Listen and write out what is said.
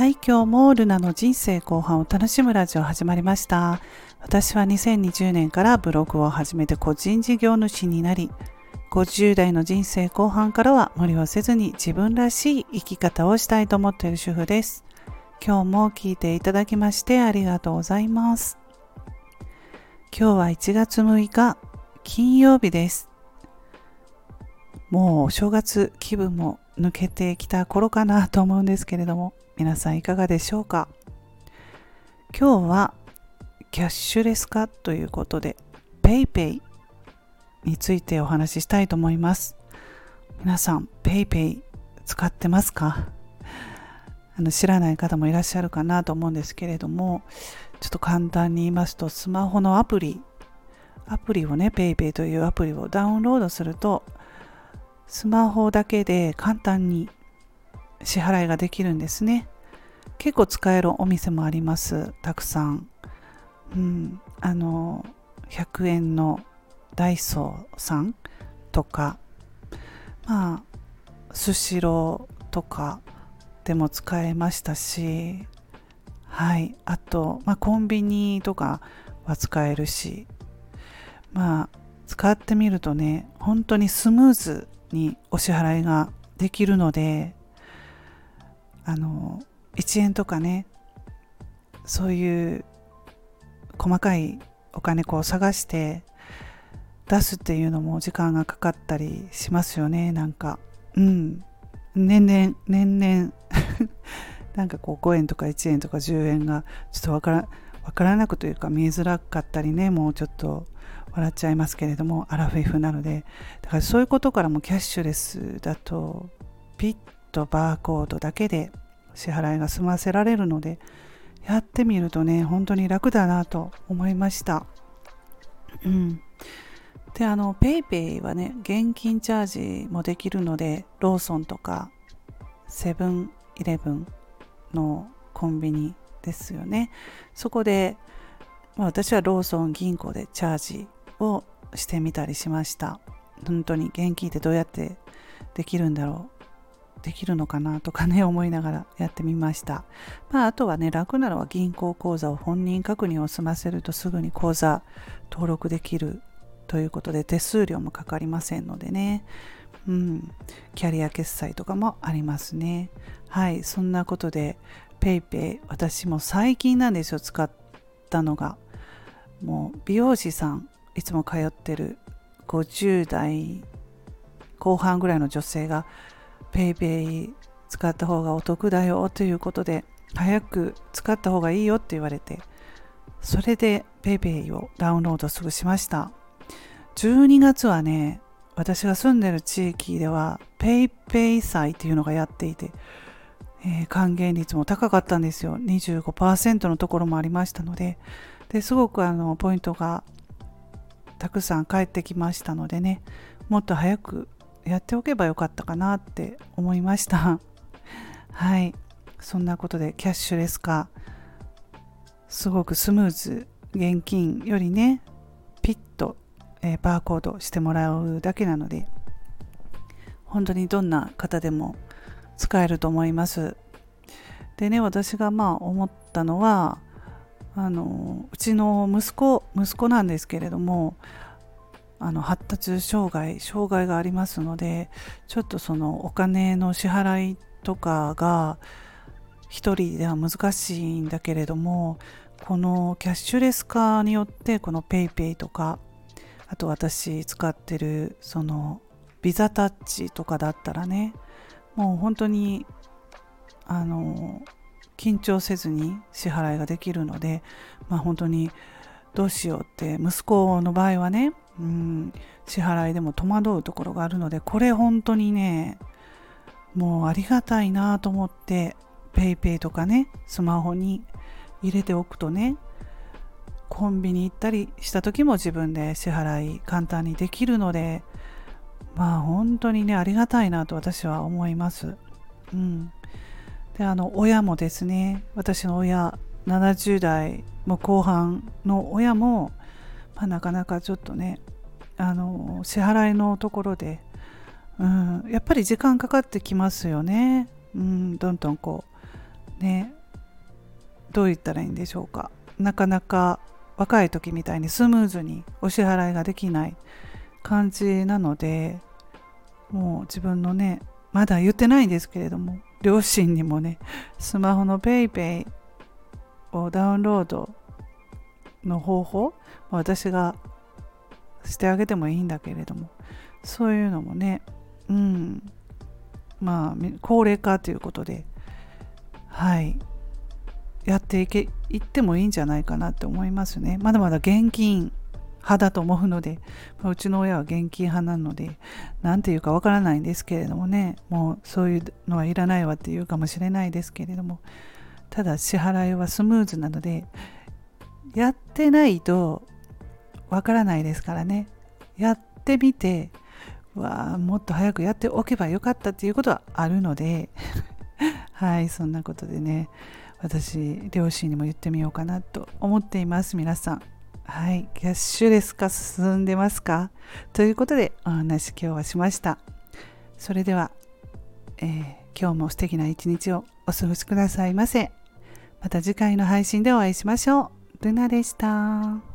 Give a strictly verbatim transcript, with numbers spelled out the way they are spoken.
はい、今日もルナの人生後半を楽しむラジオ始まりました。私はにせんにじゅうねんからブログを始めて個人事業主になり、ごじゅう代の人生後半からは無理をせずに自分らしい生き方をしたいと思っている主婦です。今日も聞いていただきましてありがとうございます。今日はいちがつむいか金曜日です。もうお正月気分も抜けてきた頃かなと思うんですけれども、皆さんいかがでしょうか。今日はキャッシュレス化ということで PayPay についてお話ししたいと思います。皆さん PayPay 使ってますか？あの知らない方もいらっしゃるかなと思うんですけれども、ちょっと簡単に言いますと、スマホのアプリアプリをね PayPay というアプリをダウンロードすると、スマホだけで簡単に支払いができるんですね。結構使えるお店もあります。たくさん。うん、あのひゃくえんのダイソーさんとか、まあスシローとかでも使えましたし、はい、あと、まあ、コンビニとかは使えるし、まあ使ってみるとね、本当にスムーズにお支払いができるので、あのいちえんとかね、そういう細かいお金こう探して出すっていうのも時間がかかったりしますよね。なんかうん年々年々なんかこうごえんとかいちえんとかじゅうえんがちょっとわからわからなくというか見えづらかったりね、もうちょっと笑っちゃいますけれども、アラフィフなので、だからそういうことからもキャッシュレスだとピッとバーコードだけで支払いが済ませられるので、やってみるとね、本当に楽だなと思いました。うん。で、あの、ペイペイはね、現金チャージもできるので、ローソンとかセブンイレブンのコンビニですよね。そこで、まあ、私はローソン銀行でチャージをしてみたりしました。本当に現金ってどうやってできるんだろう。できるのかなとかね、思いながらやってみました。まあ、あとはね、楽なのは銀行口座を本人確認を済ませるとすぐに口座登録できるということで、手数料もかかりませんのでね、うん、キャリア決済とかもありますね。はい、そんなことで PayPay、私も最近なんですよ、使ったのが。もう美容師さん、いつも通ってるごじゅう代後半ぐらいの女性がペイペイ使った方がお得だよということで、早く使った方がいいよって言われて、それでペイペイをダウンロードすぐしました。じゅうにがつはね、私が住んでる地域ではペイペイ祭っていうのがやっていて、えー、還元率も高かったんですよ。にじゅうごパーセント のところもありましたので、ですごくあのポイントがたくさん返ってきましたのでね、もっと早くやっておけばよかったかなって思いました。はい、そんなことでキャッシュレス化すごくスムーズ、現金よりねピッと、えー、バーコードしてもらうだけなので、本当にどんな方でも使えると思います。でね、私がまあ思ったのは、あのうちの息子息子なんですけれども、あの発達障害障害がありますので、ちょっとそのお金の支払いとかが一人では難しいんだけれども、このキャッシュレス化によって、この PayPay とか、あと私使ってるそのビザタッチとかだったらね、もう本当にあの緊張せずに支払いができるので、まあ本当にどうしようって、息子の場合はね、うん、支払いでも戸惑うところがあるので、これ本当にね、もうありがたいなと思って、PayPay とかね、スマホに入れておくとね、コンビニ行ったりした時も自分で支払い簡単にできるので、まあ本当にね、ありがたいなと私は思います。うん。で、あの親もですね、私の親ななじゅう代も後半の親も、まあ、なかなかちょっとね、あの支払いのところで、うん、やっぱり時間かかってきますよね。うん、どんどんこうね、どう言ったらいいんでしょうか。なかなか若い時みたいにスムーズにお支払いができない感じなので、もう自分のね、まだ言ってないんですけれども、両親にもね、スマホのペイペイをダウンロードの方法、私がしてあげてもいいんだけれども、そういうのもね、うん、まあ高齢化ということで、はいやっていけいってもいいんじゃないかなって思いますね。まだまだ現金派だと思うので、うちの親は現金派なので、なんていうかわからないんですけれどもね、もうそういうのはいらないわっていうかもしれないですけれども、ただ支払いはスムーズなので、やってないとわからないですからね。やってみて、わあもっと早くやっておけばよかったっていうことはあるのではい、そんなことでね、私両親にも言ってみようかなと思っています。皆さん、はい、キャッシュレス化進んでますかということでお話今日はしました。それでは、えー、今日も素敵な一日をお過ごしくださいませ。また次回の配信でお会いしましょう。ルナでした。